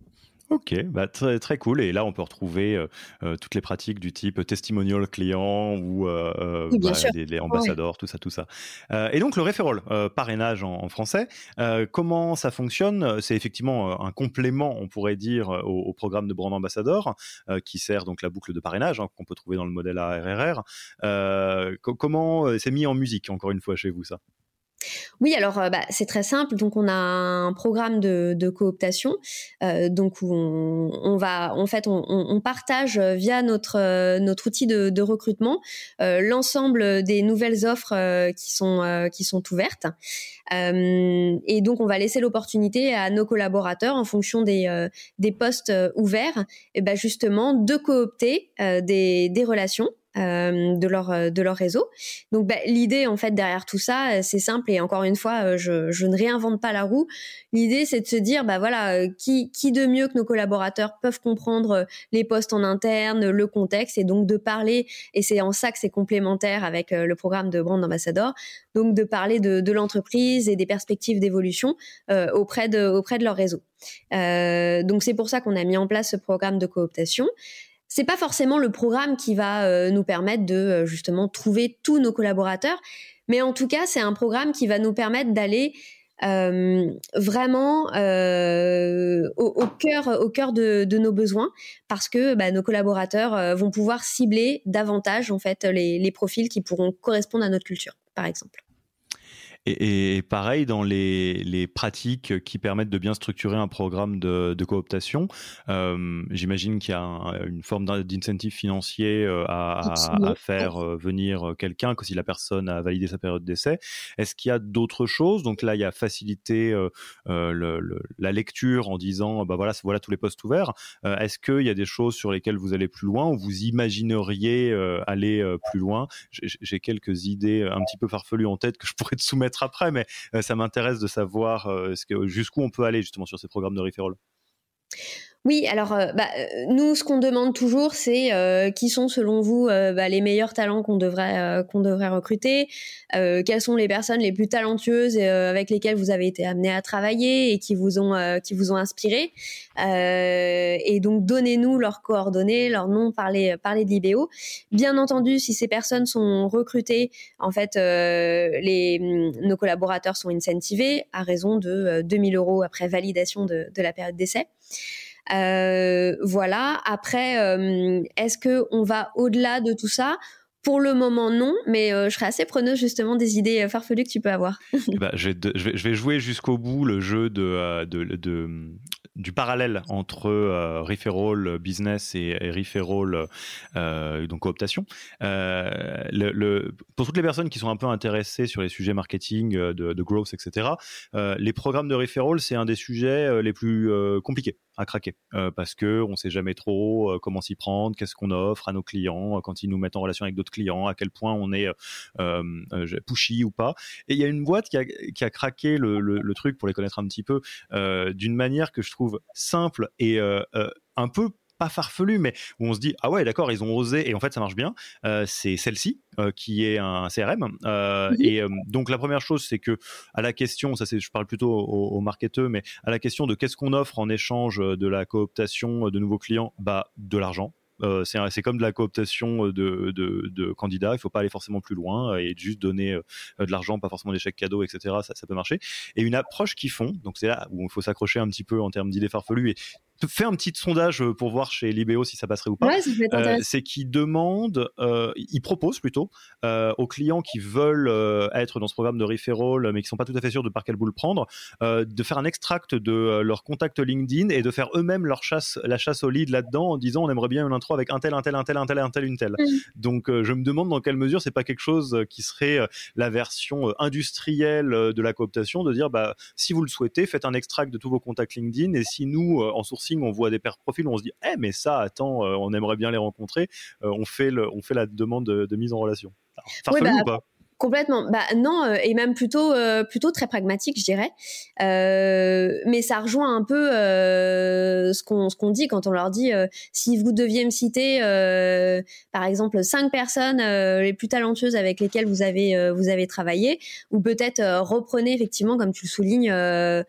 Speaker 1: Ok, bah très, très cool. Et là, on peut retrouver euh, euh, toutes les pratiques du type testimonial client ou euh,
Speaker 2: oui, bien
Speaker 1: bah,
Speaker 2: sûr.
Speaker 1: les, les ambassadeurs, ouais. tout ça, tout ça. Euh, et donc, le referral, euh, parrainage en, en français, euh, comment ça fonctionne ? C'est effectivement un complément, on pourrait dire, au, au programme de brand ambassador, euh, qui sert donc la boucle de parrainage hein, qu'on peut trouver dans le modèle A R R R. Euh, co- comment c'est mis en musique, encore une fois, chez vous, ça ?
Speaker 2: Oui, alors euh, bah, c'est très simple. Donc on a un programme de, de cooptation, euh, donc où on, on va, en fait, on, on partage via notre euh, notre outil de, de recrutement euh, l'ensemble des nouvelles offres euh, qui sont euh, qui sont ouvertes. Euh, et donc on va laisser l'opportunité à nos collaborateurs, en fonction des euh, des postes ouverts, et ben justement de coopter euh, des des relations. Euh, de leur de leur réseau. Donc bah, l'idée en fait derrière tout ça, c'est simple et encore une fois, je je ne réinvente pas la roue. L'idée c'est de se dire bah voilà, qui qui de mieux que nos collaborateurs peuvent comprendre les postes en interne, le contexte et donc de parler, et c'est en ça que c'est complémentaire avec le programme de Brand Ambassador, donc de parler de de l'entreprise et des perspectives d'évolution euh, auprès de auprès de leur réseau. Euh, donc c'est pour ça qu'on a mis en place ce programme de cooptation. C'est pas forcément le programme qui va euh, nous permettre de euh, justement trouver tous nos collaborateurs, mais en tout cas, c'est un programme qui va nous permettre d'aller euh, vraiment euh, au, au cœur, au cœur de, de nos besoins, parce que bah, nos collaborateurs euh, vont pouvoir cibler davantage en fait les, les profils qui pourront correspondre à notre culture, par exemple.
Speaker 1: Et, et pareil, dans les, les pratiques qui permettent de bien structurer un programme de, de cooptation, euh, j'imagine qu'il y a un, une forme d'incentive financier à, à, à faire venir quelqu'un, que si la personne a validé sa période d'essai. Est-ce qu'il y a d'autres choses? Donc là, il y a facilité euh, le, le, la lecture en disant, bah voilà, voilà tous les postes ouverts. Euh, est-ce qu'il y a des choses sur lesquelles vous allez plus loin ou vous imagineriez euh, aller euh, plus loin? J'ai, j'ai quelques idées un petit peu farfelues en tête que je pourrais te soumettre après, mais euh, ça m'intéresse de savoir euh, ce que, jusqu'où on peut aller justement sur ces programmes de referral.
Speaker 2: Oui, alors euh, bah, nous, ce qu'on demande toujours, c'est euh, qui sont selon vous euh, bah, les meilleurs talents qu'on devrait euh, qu'on devrait recruter, euh, quelles sont les personnes les plus talentueuses euh, avec lesquelles vous avez été amené à travailler et qui vous ont euh, qui vous ont inspiré. Euh, et donc donnez-nous leurs coordonnées, leurs noms, parlez parlez de l'I B O. Bien entendu, si ces personnes sont recrutées, en fait, euh, les nos collaborateurs sont incentivés à raison de euh, deux mille euros après validation de, de la période d'essai. Euh, voilà. Après, euh, est-ce que on va au-delà de tout ça? Pour le moment, non, mais euh, je serais assez preneuse justement des idées farfelues que tu peux avoir.
Speaker 1: Bah, je, vais de, je, vais, je vais jouer jusqu'au bout le jeu de, de, de, de du parallèle entre euh, referral business et, et referral euh, donc cooptation. Euh, le, le, pour toutes les personnes qui sont un peu intéressées sur les sujets marketing, de, de growth, et cetera, euh, les programmes de referral, c'est un des sujets les plus euh, compliqués à craquer euh, parce que on sait jamais trop euh, comment s'y prendre, qu'est-ce qu'on offre à nos clients euh, quand ils nous mettent en relation avec d'autres clients, à quel point on est euh, euh, pushy ou pas. Et il y a une boîte qui a, qui a craqué le, le, le truc pour les connaître un petit peu euh, d'une manière que je trouve simple et euh, euh, un peu pas farfelu, mais où on se dit ah ouais d'accord ils ont osé et en fait ça marche bien. Euh, c'est celle-ci euh, qui est un C R M euh, mmh. et euh, donc la première chose c'est que à la question, ça c'est je parle plutôt aux, aux marketeurs, mais à la question de qu'est-ce qu'on offre en échange de la cooptation de nouveaux clients, bah de l'argent. Euh, c'est, c'est comme de la cooptation de, de, de candidats, il ne faut pas aller forcément plus loin et juste donner euh, de l'argent, pas forcément des chèques cadeaux, et cetera. Ça, ça peut marcher. Et une approche qu'ils font, donc c'est là où il faut s'accrocher un petit peu en termes d'idées farfelues et fais un petit sondage pour voir chez l'I B O si ça passerait ou pas.
Speaker 2: Ouais, ça peut être
Speaker 1: euh, c'est qu'ils demandent, euh, ils proposent plutôt euh, aux clients qui veulent euh, être dans ce programme de referral, mais qui sont pas tout à fait sûrs de par quelle boule prendre, euh, de faire un extract de euh, leur contact LinkedIn et de faire eux-mêmes leur chasse, la chasse au lead là-dedans en disant on aimerait bien une intro avec un tel, un tel, un tel, un tel, un tel, une telle. Mmh. Donc euh, je me demande dans quelle mesure c'est pas quelque chose qui serait euh, la version euh, industrielle euh, de la cooptation, de dire bah si vous le souhaitez, faites un extract de tous vos contacts LinkedIn et si nous euh, en sourcing on voit des paires profils où on se dit eh mais ça attends euh, on aimerait bien les rencontrer, euh, on fait le, on fait la demande de, de mise en relation. Alors, farfelu oui, bah, ou pas?
Speaker 2: Complètement. Bah non, euh, et même plutôt euh, plutôt très pragmatique, je dirais. Euh, mais ça rejoint un peu euh, ce qu'on ce qu'on dit quand on leur dit euh, si vous deviez me citer euh, par exemple cinq personnes euh, les plus talentueuses avec lesquelles vous avez euh, vous avez travaillé, ou peut-être euh, reprenez effectivement comme tu le soulignes euh,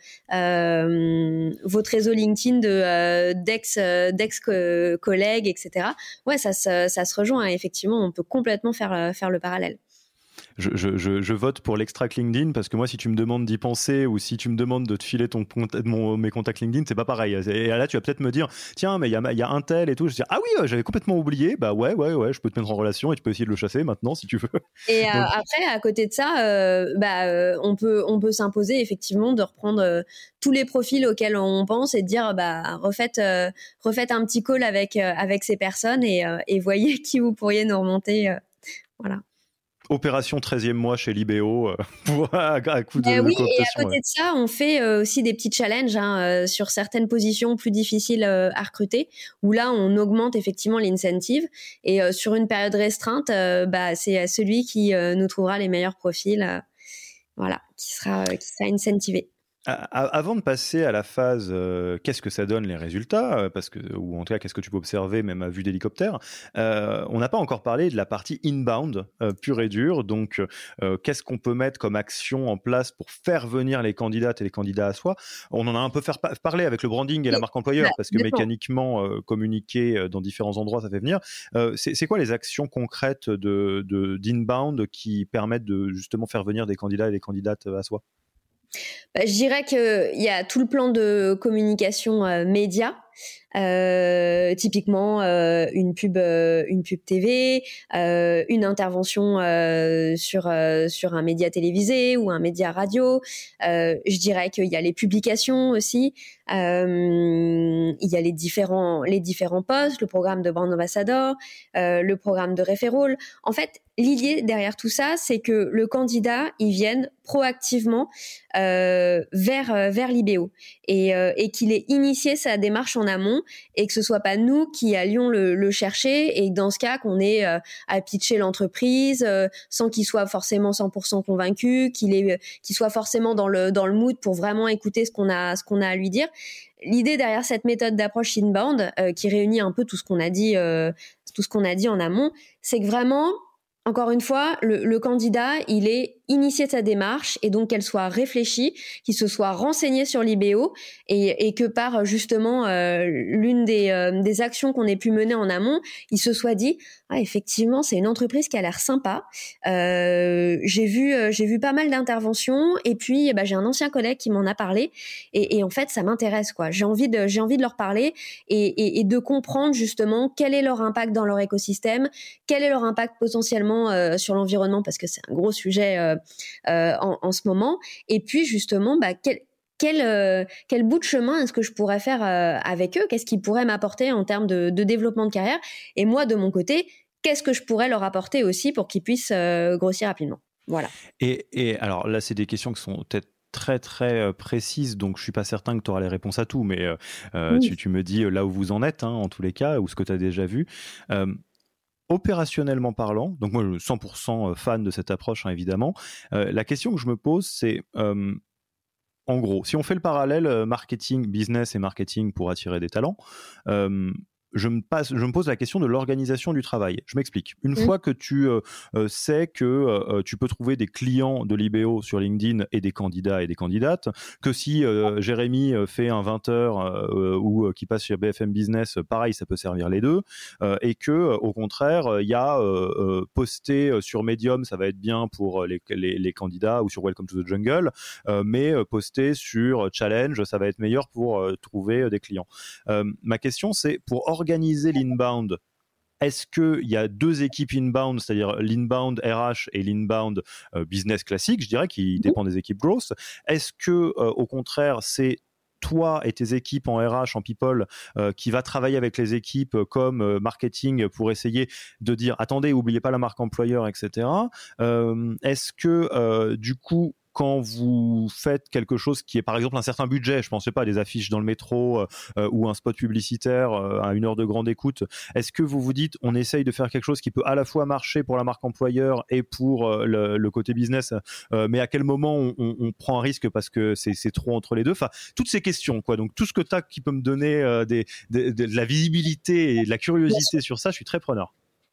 Speaker 2: euh, votre réseau LinkedIn de euh, d'ex euh, d'ex collègues, et cetera. Ouais, ça ça, ça se rejoint. Effectivement, on peut complètement faire faire le parallèle.
Speaker 1: Je, je, je, je vote pour l'extract LinkedIn parce que moi, si tu me demandes d'y penser ou si tu me demandes de te filer ton, mon, mes contacts LinkedIn, c'est pas pareil. Et là, tu vas peut-être me dire, tiens, mais il y a, y a un tel et tout. Je vais dire, ah oui, j'avais complètement oublié. Bah ouais, ouais, ouais, je peux te mettre en relation et tu peux essayer de le chasser maintenant si tu veux.
Speaker 2: Et euh, Donc... après, à côté de ça, euh, bah, euh, on peut, on peut s'imposer effectivement de reprendre euh, tous les profils auxquels on pense et de dire, bah, refaites, euh, refaites un petit call avec, euh, avec ces personnes et, euh, et voyez qui vous pourriez nous remonter. Euh, voilà.
Speaker 1: Opération treizième mois chez l'I B O euh, pour, à, à coup de,
Speaker 2: euh, oui,
Speaker 1: de cooptation.
Speaker 2: Et à côté
Speaker 1: ouais.
Speaker 2: de ça, on fait euh, aussi des petits challenges hein, euh, sur certaines positions plus difficiles euh, à recruter, où là, on augmente effectivement l'incentive. Et euh, sur une période restreinte, euh, bah, c'est celui qui euh, nous trouvera les meilleurs profils, euh, voilà, qui sera, euh, qui sera incentivé.
Speaker 1: Avant de passer à la phase euh, qu'est-ce que ça donne les résultats, parce que, ou en tout cas qu'est-ce que tu peux observer même à vue d'hélicoptère, euh, on n'a pas encore parlé de la partie inbound euh, pure et dure, donc euh, qu'est-ce qu'on peut mettre comme action en place pour faire venir les candidates et les candidats à soi. On en a un peu fait parler avec le branding et la marque employeur, parce que mécaniquement euh, communiquer dans différents endroits ça fait venir. Euh, c'est, c'est quoi les actions concrètes de, de, d'inbound qui permettent de justement faire venir des candidats et des candidates à soi?
Speaker 2: Bah, je dirais qu'il y a tout le plan de communication euh, média Euh, typiquement euh, une pub, euh, une pub T V, euh, une intervention euh, sur euh, sur un média télévisé ou un média radio. Euh, je dirais qu'il y a les publications aussi. Euh, il y a les différents les différents postes, le programme de brand ambassador, euh, le programme de referral. En fait, l'idée derrière tout ça, c'est que le candidat il vienne proactivement euh, vers euh, vers l'I B O et, euh, et qu'il ait initié sa démarche en amont et que ce soit pas nous qui allions le, le chercher et que dans ce cas qu'on ait euh, à pitcher l'entreprise euh, sans qu'il soit forcément cent pour cent convaincu, qu'il est qu'il soit forcément dans le dans le mood pour vraiment écouter ce qu'on a ce qu'on a à lui dire. L'idée derrière cette méthode d'approche inbound euh, qui réunit un peu tout ce qu'on a dit euh, tout ce qu'on a dit en amont, c'est que vraiment encore une fois, le, le candidat, il est initié de sa démarche et donc qu'elle soit réfléchie, qu'il se soit renseigné sur l'I B O et, et que par justement euh, l'une des, euh, des actions qu'on ait pu mener en amont, il se soit dit ah, effectivement c'est une entreprise qui a l'air sympa. Euh, j'ai vu euh, j'ai vu pas mal d'interventions et puis bah, j'ai un ancien collègue qui m'en a parlé et, et en fait ça m'intéresse quoi. J'ai envie de j'ai envie de leur parler et, et, et de comprendre justement quel est leur impact dans leur écosystème, quel est leur impact potentiellement Euh, sur l'environnement parce que c'est un gros sujet euh, euh, en, en ce moment et puis justement bah, quel, quel, euh, quel bout de chemin est-ce que je pourrais faire euh, avec eux, qu'est-ce qu'ils pourraient m'apporter en termes de, de développement de carrière et moi de mon côté qu'est-ce que je pourrais leur apporter aussi pour qu'ils puissent euh, grossir rapidement. Voilà.
Speaker 1: Et, et alors là c'est des questions qui sont peut-être très très précises, donc je suis pas certain que tu auras les réponses à tout, mais euh, oui. tu, tu me dis là où vous en êtes hein, en tous les cas, ou ce que tu as déjà vu. Euh, Opérationnellement parlant, donc moi je suis cent pour cent fan de cette approche hein, évidemment, euh, la question que je me pose c'est euh, en gros, si on fait le parallèle euh, marketing, business et marketing pour attirer des talents, euh, je me, passe, je me pose la question de l'organisation du travail. Je m'explique. Une mmh. fois que tu euh, sais que euh, tu peux trouver des clients de l'I B O sur LinkedIn et des candidats et des candidates, que si euh, Jérémy fait un vingt heures euh, ou euh, qui passe sur B F M Business, pareil, ça peut servir les deux, euh, et que euh, au contraire, il y a euh, poster sur Medium, ça va être bien pour les, les, les candidats ou sur Welcome to the Jungle, euh, mais poster sur Challenge, ça va être meilleur pour euh, trouver des clients. Euh, ma question, c'est pour organiser organiser l'inbound, est-ce qu'il y a deux équipes inbound, c'est-à-dire l'inbound R H et l'inbound euh, business classique, je dirais, qui dépend des équipes growth? Est-ce que, euh, au contraire, c'est toi et tes équipes en R H, en people, euh, qui va travailler avec les équipes comme euh, marketing pour essayer de dire, attendez, oubliez pas la marque employeur, et cetera. Euh, est-ce que, euh, du coup, quand vous faites quelque chose qui est par exemple un certain budget, je ne pensais pas à des affiches dans le métro euh, ou un spot publicitaire euh, à une heure de grande écoute, est-ce que vous vous dites on essaye de faire quelque chose qui peut à la fois marcher pour la marque employeur et pour euh, le, le côté business, euh, mais à quel moment on, on, on prend un risque parce que c'est, c'est trop entre les deux, enfin toutes ces questions quoi. Donc tout ce que tu as qui peut me donner euh, des, des, de la visibilité et de la curiosité sur ça, je suis très preneur.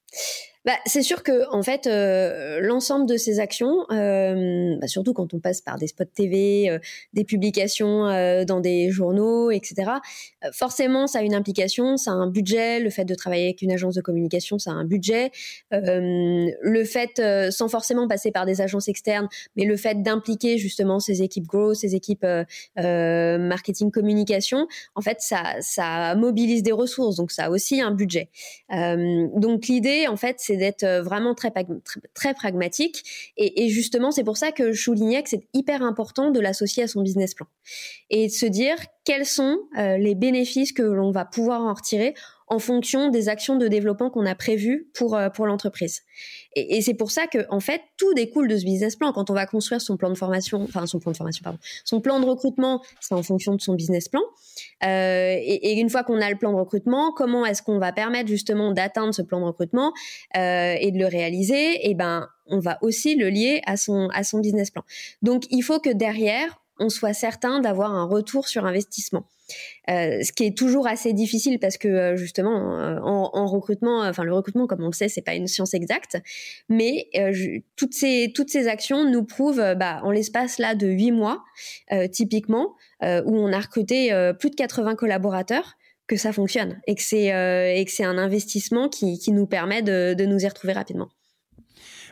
Speaker 2: Bah, c'est sûr que en fait, euh, l'ensemble de ces actions, euh, bah, surtout quand on passe par des spots T V, euh, des publications euh, dans des journaux, et cetera. Euh, forcément, ça a une implication, ça a un budget. Le fait de travailler avec une agence de communication, ça a un budget. Euh, le fait, euh, sans forcément passer par des agences externes, mais le fait d'impliquer justement ces équipes growth, ces équipes euh, euh, marketing communication, en fait, ça, ça mobilise des ressources, donc ça a aussi un budget. Euh, donc l'idée, en fait, c'est c'est d'être vraiment très, très, très pragmatique. Et, et justement, c'est pour ça que je soulignais que c'est hyper important de l'associer à son business plan et de se dire quels sont euh, les bénéfices que l'on va pouvoir en retirer en fonction des actions de développement qu'on a prévues pour, euh, pour l'entreprise. Et, et c'est pour ça que, en fait, tout découle de ce business plan. Quand on va construire son plan de formation, enfin, son plan de formation, pardon, son plan de recrutement, c'est en fonction de son business plan. Euh, et, et une fois qu'on a le plan de recrutement, comment est-ce qu'on va permettre justement d'atteindre ce plan de recrutement euh, et de le réaliser? Et ben, on va aussi le lier à son, à son business plan. Donc, il faut que derrière, on soit certain d'avoir un retour sur investissement. Euh, ce qui est toujours assez difficile parce que euh, justement en, en recrutement, enfin le recrutement comme on le sait c'est pas une science exacte, mais euh, je, toutes ces toutes ces actions nous prouvent euh, bah, en l'espace là de huit mois euh, typiquement euh, où on a recruté euh, plus de quatre-vingts collaborateurs que ça fonctionne et que c'est euh, et que c'est un investissement qui qui nous permet de, de nous y retrouver rapidement.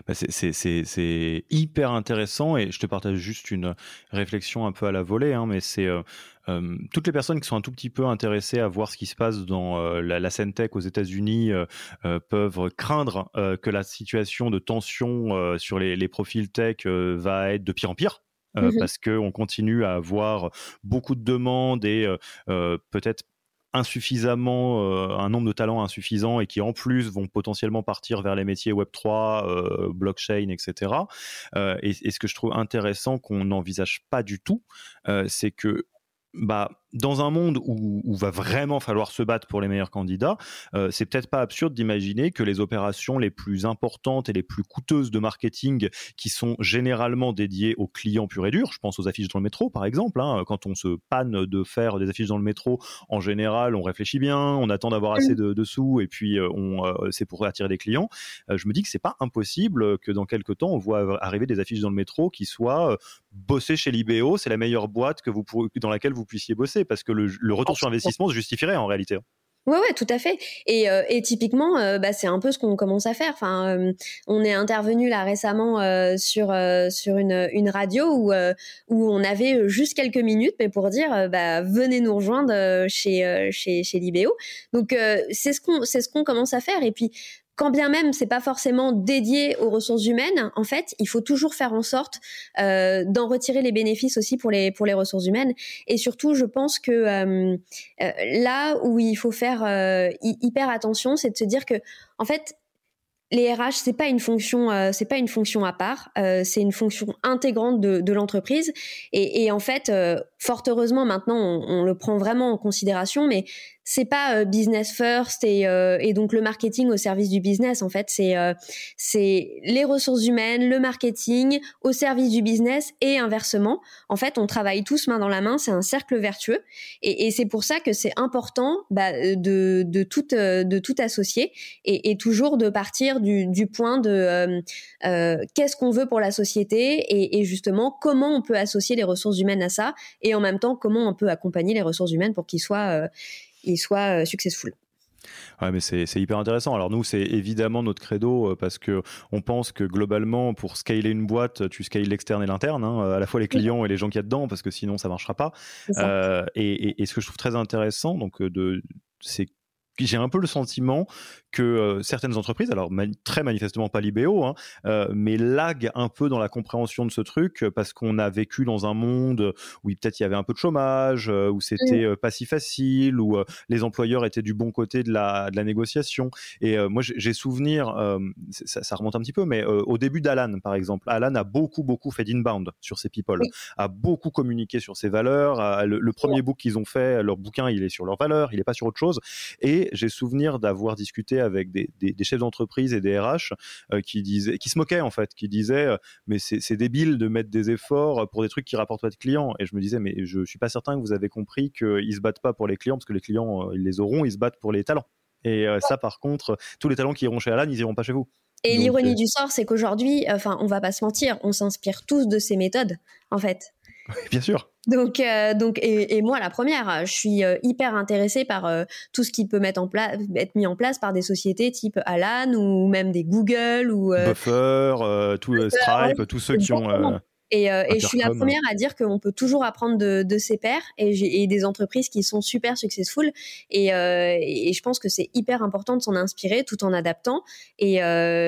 Speaker 1: C'est, c'est, c'est, c'est hyper intéressant et je te partage juste une réflexion un peu à la volée, hein, mais c'est euh, euh, toutes les personnes qui sont un tout petit peu intéressées à voir ce qui se passe dans euh, la, la scène tech aux États-Unis euh, euh, peuvent craindre euh, que la situation de tension euh, sur les, les profils tech euh, va être de pire en pire. Euh,
Speaker 2: Mm-hmm.
Speaker 1: parce qu'on continue à avoir beaucoup de demandes et euh, euh, peut-être insuffisamment, euh, un nombre de talents insuffisant et qui en plus vont potentiellement partir vers les métiers web trois, euh, blockchain, et cetera. Euh, et, et ce que je trouve intéressant qu'on n'envisage pas du tout, euh, c'est que bah, dans un monde où, où va vraiment falloir se battre pour les meilleurs candidats, euh, c'est peut-être pas absurde d'imaginer que les opérations les plus importantes et les plus coûteuses de marketing, qui sont généralement dédiées aux clients purs et durs, je pense aux affiches dans le métro par exemple, hein, quand on se panne de faire des affiches dans le métro, en général on réfléchit bien, on attend d'avoir assez de, de sous et puis on, euh, c'est pour attirer des clients. Euh, je me dis que c'est pas impossible que dans quelques temps on voit arriver des affiches dans le métro qui soient euh, bossées chez Libéo, c'est la meilleure boîte que vous pourrez, dans laquelle vous puissiez bosser, parce que le, le retour sur investissement se justifierait en réalité.
Speaker 2: Ouais, ouais, tout à fait. Et, euh, et typiquement, euh, bah, c'est un peu ce qu'on commence à faire. Enfin, euh, on est intervenu là récemment euh, sur euh, sur une une radio où euh, où on avait juste quelques minutes, mais pour dire, euh, bah, venez nous rejoindre euh, chez euh, chez chez Libéo. Donc euh, c'est ce qu'on c'est ce qu'on commence à faire. Et puis, quand bien même c'est pas forcément dédié aux ressources humaines, en fait, il faut toujours faire en sorte euh, d'en retirer les bénéfices aussi pour les pour les ressources humaines. Et surtout, je pense que euh, euh, là où il faut faire euh, hyper attention, c'est de se dire que, en fait, les R H, c'est pas une fonction, euh, c'est pas une fonction à part, euh, c'est une fonction intégrante de, de l'entreprise. Et, et en fait, euh, fort heureusement, maintenant, on, on le prend vraiment en considération, mais c'est pas euh, business first et, euh, et donc le marketing au service du business. En fait, c'est euh, c'est les ressources humaines, le marketing au service du business et inversement. En fait, on travaille tous main dans la main. C'est un cercle vertueux et, et c'est pour ça que c'est important bah, de de tout de tout associer et, et toujours de partir du, du point de euh, euh, qu'est-ce qu'on veut pour la société et, et justement comment on peut associer les ressources humaines à ça et en même temps comment on peut accompagner les ressources humaines pour qu'ils soient euh, il soit euh, successful.
Speaker 1: Ouais, mais c'est, c'est hyper intéressant. Alors nous, c'est évidemment notre credo euh, parce que on pense que globalement, pour scaler une boîte, tu scales l'externe et l'interne, hein, à la fois les clients et les gens qu'il y a dedans, parce que sinon ça marchera pas. Euh, et, et, et ce que je trouve très intéressant, donc de, c'est j'ai un peu le sentiment que euh, certaines entreprises, alors man- très manifestement pas Libéo, hein, euh, mais laguent un peu dans la compréhension de ce truc parce qu'on a vécu dans un monde où peut-être il y avait un peu de chômage, euh, où c'était euh, pas si facile, où euh, les employeurs étaient du bon côté de la, de la négociation. Et euh, moi, j'ai, j'ai souvenir, euh, ça, ça remonte un petit peu, mais euh, au début d'Alan, par exemple, Alan a beaucoup, beaucoup fait d'inbound sur ses people, oui. a beaucoup communiqué sur ses valeurs. A, le, le premier book qu'ils ont fait, leur bouquin, il est sur leurs valeurs, il est pas sur autre chose. Et j'ai souvenir d'avoir discuté avec des, des, des chefs d'entreprise et des R H euh, qui disaient, qui se moquaient en fait, qui disaient euh, mais c'est, c'est débile de mettre des efforts pour des trucs qui rapportent pas de clients. Et je me disais mais je suis pas certain que vous avez compris qu'ils se battent pas pour les clients parce que les clients euh, ils les auront, ils se battent pour les talents. Et euh, ça par contre, tous les talents qui iront chez Alan, ils iront pas chez vous.
Speaker 2: Et
Speaker 1: Donc,
Speaker 2: l'ironie
Speaker 1: euh...
Speaker 2: du sort, c'est qu'aujourd'hui, enfin, on va pas se mentir, on s'inspire tous de ces méthodes, en fait.
Speaker 1: Bien sûr.
Speaker 2: Donc, euh, donc, et, et moi la première, je suis euh, hyper intéressée par euh, tout ce qui peut mettre en place, être mis en place par des sociétés type Alan ou même des Google ou euh,
Speaker 1: Buffer, euh, tout Buffer, Stripe, ouais, tous ceux qui ont. Euh,
Speaker 2: et, euh, et je suis la première à dire qu'on peut toujours apprendre de, de ses pairs et, j'ai, et des entreprises qui sont super successful. Et, euh, et je pense que c'est hyper important de s'en inspirer tout en adaptant et,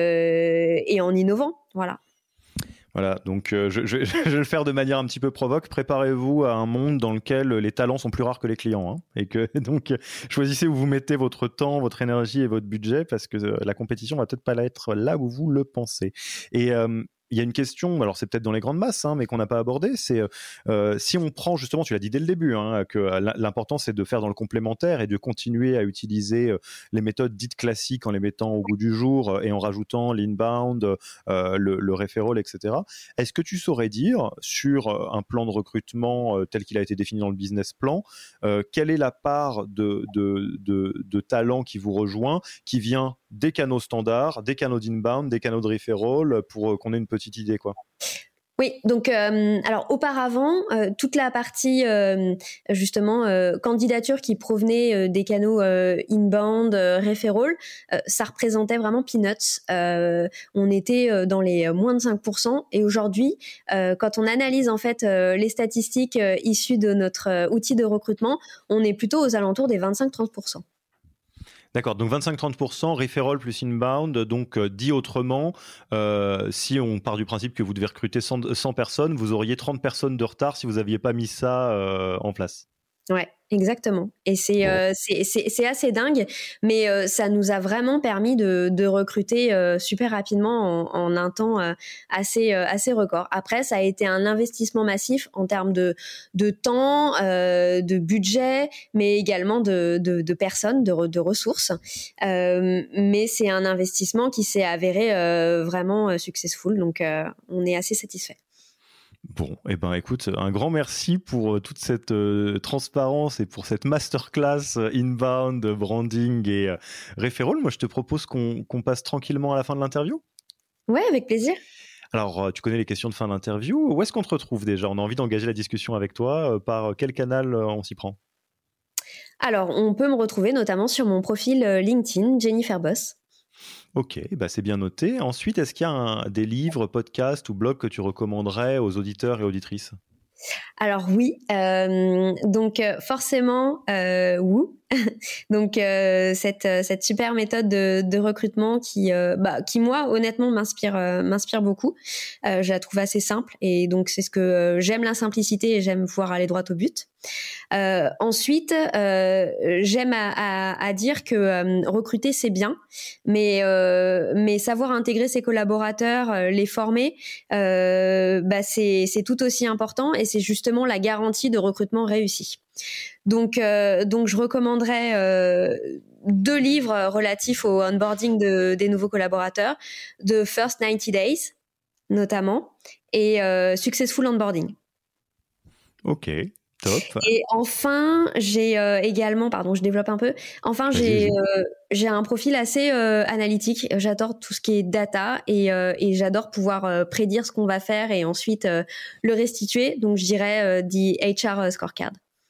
Speaker 2: euh, et en innovant. Voilà.
Speaker 1: Voilà, donc euh, je, je, je vais le faire de manière un petit peu provoque. Préparez-vous à un monde dans lequel les talents sont plus rares que les clients, hein, et que donc choisissez où vous mettez votre temps, votre énergie et votre budget, parce que euh, la compétition va peut-être pas être là où vous le pensez. Et euh, il y a une question, alors c'est peut-être dans les grandes masses, hein, mais qu'on n'a pas abordé, c'est euh, si on prend justement, tu l'as dit dès le début, hein, que l'important c'est de faire dans le complémentaire et de continuer à utiliser euh, les méthodes dites classiques en les mettant au goût du jour et en rajoutant l'inbound, euh, le, le referral, et cetera. Est-ce que tu saurais dire sur un plan de recrutement euh, tel qu'il a été défini dans le business plan, euh, quelle est la part de, de, de, de talent qui vous rejoint, qui vient des canaux standards, des canaux d'inbound, des canaux de referral, pour qu'on ait une petite idée, quoi?
Speaker 2: Oui, donc euh, alors auparavant, euh, toute la partie euh, justement euh, candidature qui provenait euh, des canaux euh, inbound, euh, referral, euh, ça représentait vraiment peanuts. Euh, on était euh, dans les moins de cinq pour cent et aujourd'hui, euh, quand on analyse en fait euh, les statistiques euh, issues de notre euh, outil de recrutement, on est plutôt aux alentours des vingt-cinq à trente pour cent.
Speaker 1: D'accord, donc vingt-cinq à trente pour cent referral plus inbound, donc euh, dit autrement, euh, si on part du principe que vous devez recruter cent, cent personnes, vous auriez trente personnes de retard si vous n'aviez pas mis ça euh, en place.
Speaker 2: Ouais, exactement. Et c'est,
Speaker 1: Bon.
Speaker 2: euh, c'est, c'est, c'est assez dingue, mais euh, ça nous a vraiment permis de, de recruter euh, super rapidement en, en un temps euh, assez, euh, assez record. Après, ça a été un investissement massif en termes de, de temps, euh, de budget, mais également de, de, de personnes, de, de ressources. Euh, mais c'est un investissement qui s'est avéré euh, vraiment euh, successful, donc euh, on est assez satisfait.
Speaker 1: Bon, eh ben, écoute, un grand merci pour euh, toute cette euh, transparence et pour cette masterclass euh, inbound, branding et euh, referral. Moi, je te propose qu'on qu'on passe tranquillement à la fin de l'interview.
Speaker 2: Ouais, avec plaisir.
Speaker 1: Alors, euh, tu connais les questions de fin d'interview. Où est-ce qu'on te retrouve déjà? On a envie d'engager la discussion avec toi. Euh, par quel canal euh, on s'y prend?
Speaker 2: Alors, on peut me retrouver notamment sur mon profil euh, LinkedIn, Jennifer Boss.
Speaker 1: Ok, bah c'est bien noté. Ensuite, est-ce qu'il y a un, des livres, podcasts ou blogs que tu recommanderais aux auditeurs et auditrices?
Speaker 2: Alors oui, euh, donc euh, forcément, euh, Woo. Donc euh, cette cette super méthode de, de recrutement qui euh, bah qui moi honnêtement m'inspire euh, m'inspire beaucoup. Euh, je la trouve assez simple et donc c'est ce que euh, j'aime, la simplicité, et j'aime pouvoir aller droit au but. Euh, ensuite, euh, j'aime à, à, à dire que euh, recruter c'est bien, mais euh, mais savoir intégrer ses collaborateurs, euh, les former, euh, bah c'est c'est tout aussi important et c'est justement la garantie de recrutement réussi. Donc euh, donc je recommanderais euh, deux livres relatifs au onboarding de, des nouveaux collaborateurs, The First ninety Days notamment et euh, Successful Onboarding.
Speaker 1: Ok, top.
Speaker 2: Et enfin, j'ai euh, également, pardon, je développe un peu. Enfin,
Speaker 1: Vas-y,
Speaker 2: j'ai
Speaker 1: vas-y.
Speaker 2: euh, j'ai un profil assez euh, analytique. J'adore tout ce qui est data et euh, et j'adore pouvoir euh, prédire ce qu'on va faire et ensuite euh, le restituer. Donc, je dirais euh, the H R Scorecard.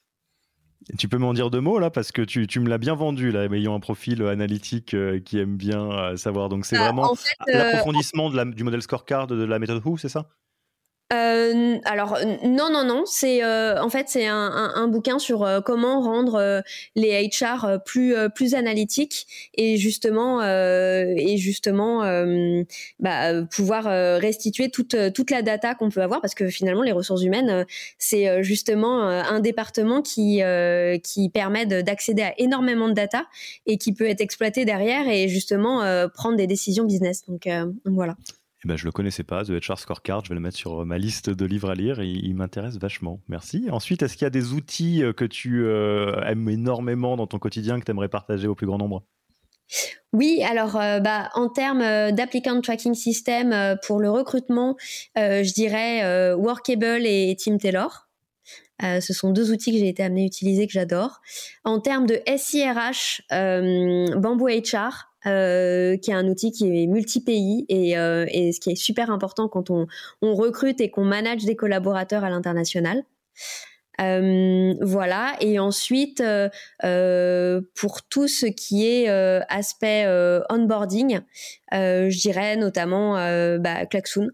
Speaker 1: Tu peux m'en dire deux mots là parce que tu, tu me l'as bien vendu là, ayant un profil analytique euh, qui aime bien euh, savoir. Donc c'est
Speaker 2: Bah,
Speaker 1: vraiment
Speaker 2: en fait, euh,
Speaker 1: l'approfondissement de la, du modèle scorecard de la méthode Who, c'est ça?
Speaker 2: Euh, alors non non non, c'est euh, en fait c'est un, un, un bouquin sur euh, comment rendre euh, les H R plus euh, plus analytiques et justement euh, et justement euh, bah, pouvoir euh, restituer toute toute la data qu'on peut avoir, parce que finalement les ressources humaines euh, c'est euh, justement euh, un département qui euh, qui permet de, d'accéder à énormément de data et qui peut être exploité derrière et justement euh, prendre des décisions business. Donc, euh, donc voilà.
Speaker 1: Eh ben, je le connaissais pas, The H R Scorecard. Je vais le mettre sur ma liste de livres à lire. Il, il m'intéresse vachement. Merci. Ensuite, est-ce qu'il y a des outils que tu euh, aimes énormément dans ton quotidien que tu aimerais partager au plus grand nombre?
Speaker 2: Oui, alors euh, bah, en termes euh, d'applicant tracking system euh, pour le recrutement, euh, je dirais euh, Workable et Team Taylor. Euh, ce sont deux outils que j'ai été amenée à utiliser, que j'adore. En termes de S I R H, euh, Bamboo H R, euh, qui est un outil qui est multi-pays et, euh, et ce qui est super important quand on, on recrute et qu'on manage des collaborateurs à l'international. Euh, voilà, et ensuite euh, euh, pour tout ce qui est euh, aspect euh, onboarding, euh, je dirais notamment euh, bah, Klaxoon.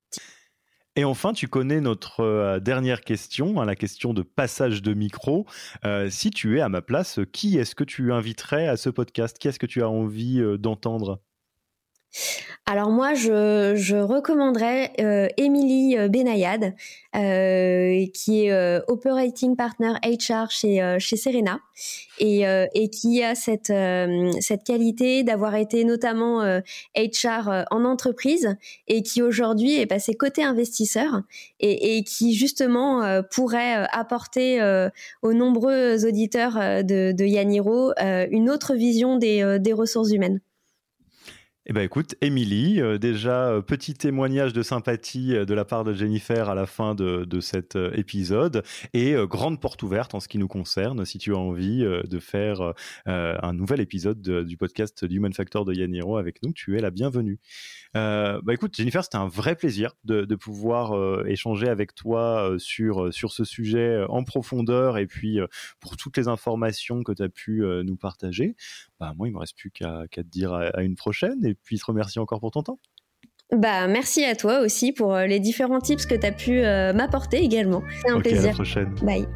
Speaker 1: Et enfin, tu connais notre euh, dernière question, hein, la question de passage de micro. Euh, si tu es à ma place, qui est-ce que tu inviterais à ce podcast? Qui est-ce que tu as envie euh, d'entendre?
Speaker 2: Alors moi, je, je recommanderais euh, Émilie Benayad, euh, qui est euh, Operating Partner H R chez, euh, chez Serena et, euh, et qui a cette, euh, cette qualité d'avoir été notamment euh, H R en entreprise et qui aujourd'hui est passé côté investisseur et, et qui justement euh, pourrait euh, apporter euh, aux nombreux auditeurs euh, de, de Yaniro euh, une autre vision des, euh, des ressources humaines.
Speaker 1: Eh ben écoute, Émilie, euh, déjà euh, petit témoignage de sympathie euh, de la part de Jennifer à la fin de, de cet euh, épisode et euh, grande porte ouverte en ce qui nous concerne. Si tu as envie euh, de faire euh, un nouvel épisode de, du podcast du Human Factor de Yann Hiro avec nous, tu es la bienvenue. Euh, bah écoute, Jennifer, c'était un vrai plaisir de, de pouvoir euh, échanger avec toi euh, sur, sur ce sujet en profondeur et puis euh, pour toutes les informations que tu as pu euh, nous partager. Bah, moi, il ne me reste plus qu'à, qu'à te dire à, à une prochaine et puis te remercier encore pour ton temps.
Speaker 2: Bah, merci à toi aussi pour les différents tips que tu as pu euh, m'apporter également. C'est un
Speaker 1: okay,
Speaker 2: plaisir.
Speaker 1: À la prochaine.
Speaker 2: Bye.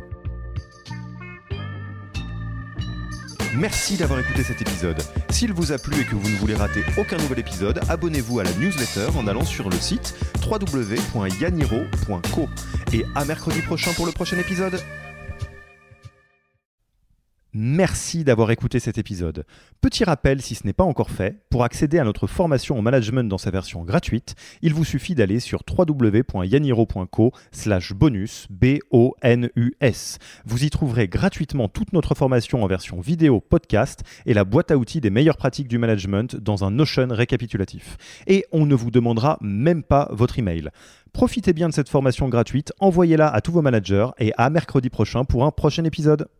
Speaker 3: Merci d'avoir écouté cet épisode. S'il vous a plu et que vous ne voulez rater aucun nouvel épisode, abonnez-vous à la newsletter en allant sur le site w w w point yaniro point co. Et à mercredi prochain pour le prochain épisode. Merci d'avoir écouté cet épisode. Petit rappel, si ce n'est pas encore fait, pour accéder à notre formation en management dans sa version gratuite, il vous suffit d'aller sur w w w point yaniro point co slash bonus, B O N U S. Vous y trouverez gratuitement toute notre formation en version vidéo podcast et la boîte à outils des meilleures pratiques du management dans un Notion récapitulatif. Et on ne vous demandera même pas votre email. Profitez bien de cette formation gratuite, envoyez-la à tous vos managers et à mercredi prochain pour un prochain épisode.